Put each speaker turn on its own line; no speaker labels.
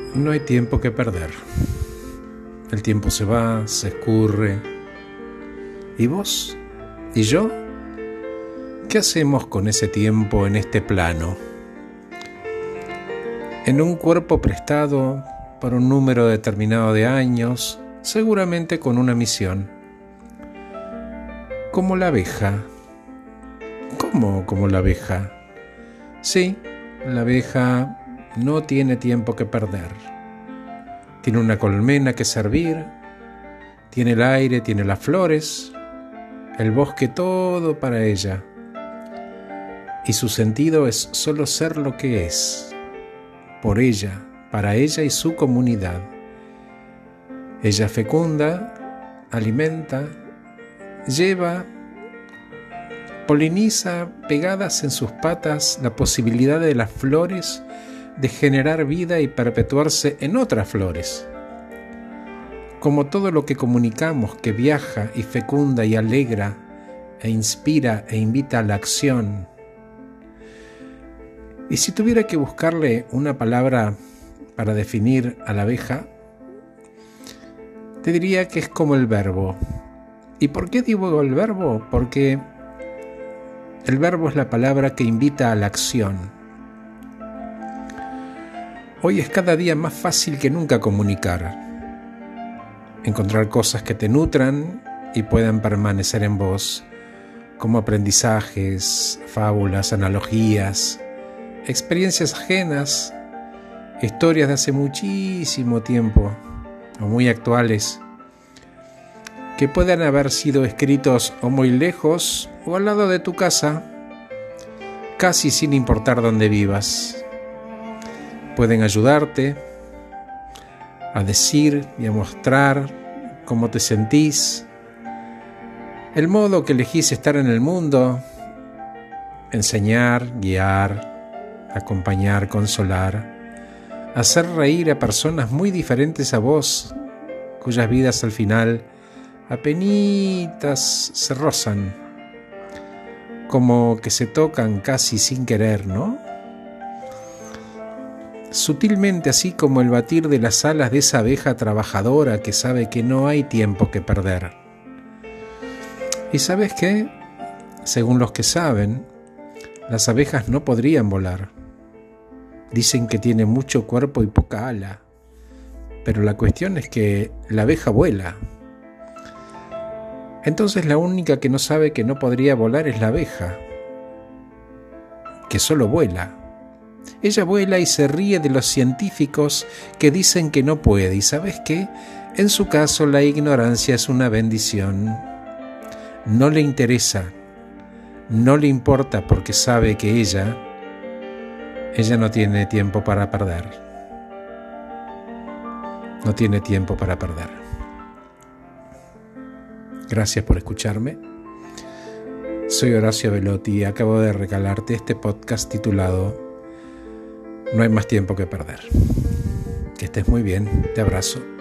No hay tiempo que perder. El tiempo se va, se escurre. ¿Y vos? ¿Y yo? ¿Qué hacemos con ese tiempo en este plano? En un cuerpo prestado por un número determinado de años, seguramente con una misión. Como la abeja. ¿Cómo como la abeja? Sí, la abeja no tiene tiempo que perder. Tiene una colmena que servir, tiene el aire, tiene las flores, el bosque, todo para ella. Y su sentido es solo ser lo que es, por ella, para ella y su comunidad. Ella fecunda, alimenta, lleva, poliniza pegadas en sus patas la posibilidad de las flores de generar vida y perpetuarse en otras flores. Como todo lo que comunicamos que viaja y fecunda y alegra e inspira e invita a la acción. Y si tuviera que buscarle una palabra para definir a la abeja, te diría que es como el verbo. ¿Y por qué digo el verbo? Porque el verbo es la palabra que invita a la acción. Hoy es cada día más fácil que nunca comunicar, encontrar cosas que te nutran y puedan permanecer en vos, como aprendizajes, fábulas, analogías, experiencias ajenas, historias de hace muchísimo tiempo o muy actuales, que puedan haber sido escritos o muy lejos o al lado de tu casa, casi sin importar dónde vivas. Pueden ayudarte a decir y a mostrar cómo te sentís, el modo que elegís estar en el mundo, enseñar, guiar, acompañar, consolar, hacer reír a personas muy diferentes a vos, cuyas vidas al final apenitas se rozan, como que se tocan casi sin querer, ¿no? Sutilmente, así como el batir de las alas de esa abeja trabajadora que sabe que no hay tiempo que perder. ¿Y sabes qué? Según los que saben, las abejas no podrían volar. Dicen que tiene mucho cuerpo y poca ala, pero la cuestión es que la abeja vuela. Entonces la única que no sabe que no podría volar es la abeja, que solo vuela. Ella vuela y se ríe de los científicos que dicen que no puede. ¿Y sabes qué? En su caso, la ignorancia es una bendición. No le interesa, no le importa porque sabe que ella no tiene tiempo para perder. No tiene tiempo para perder. Gracias por escucharme. Soy Horacio Velotti y acabo de regalarte este podcast titulado No hay más tiempo que perder. Que estés muy bien. Te abrazo.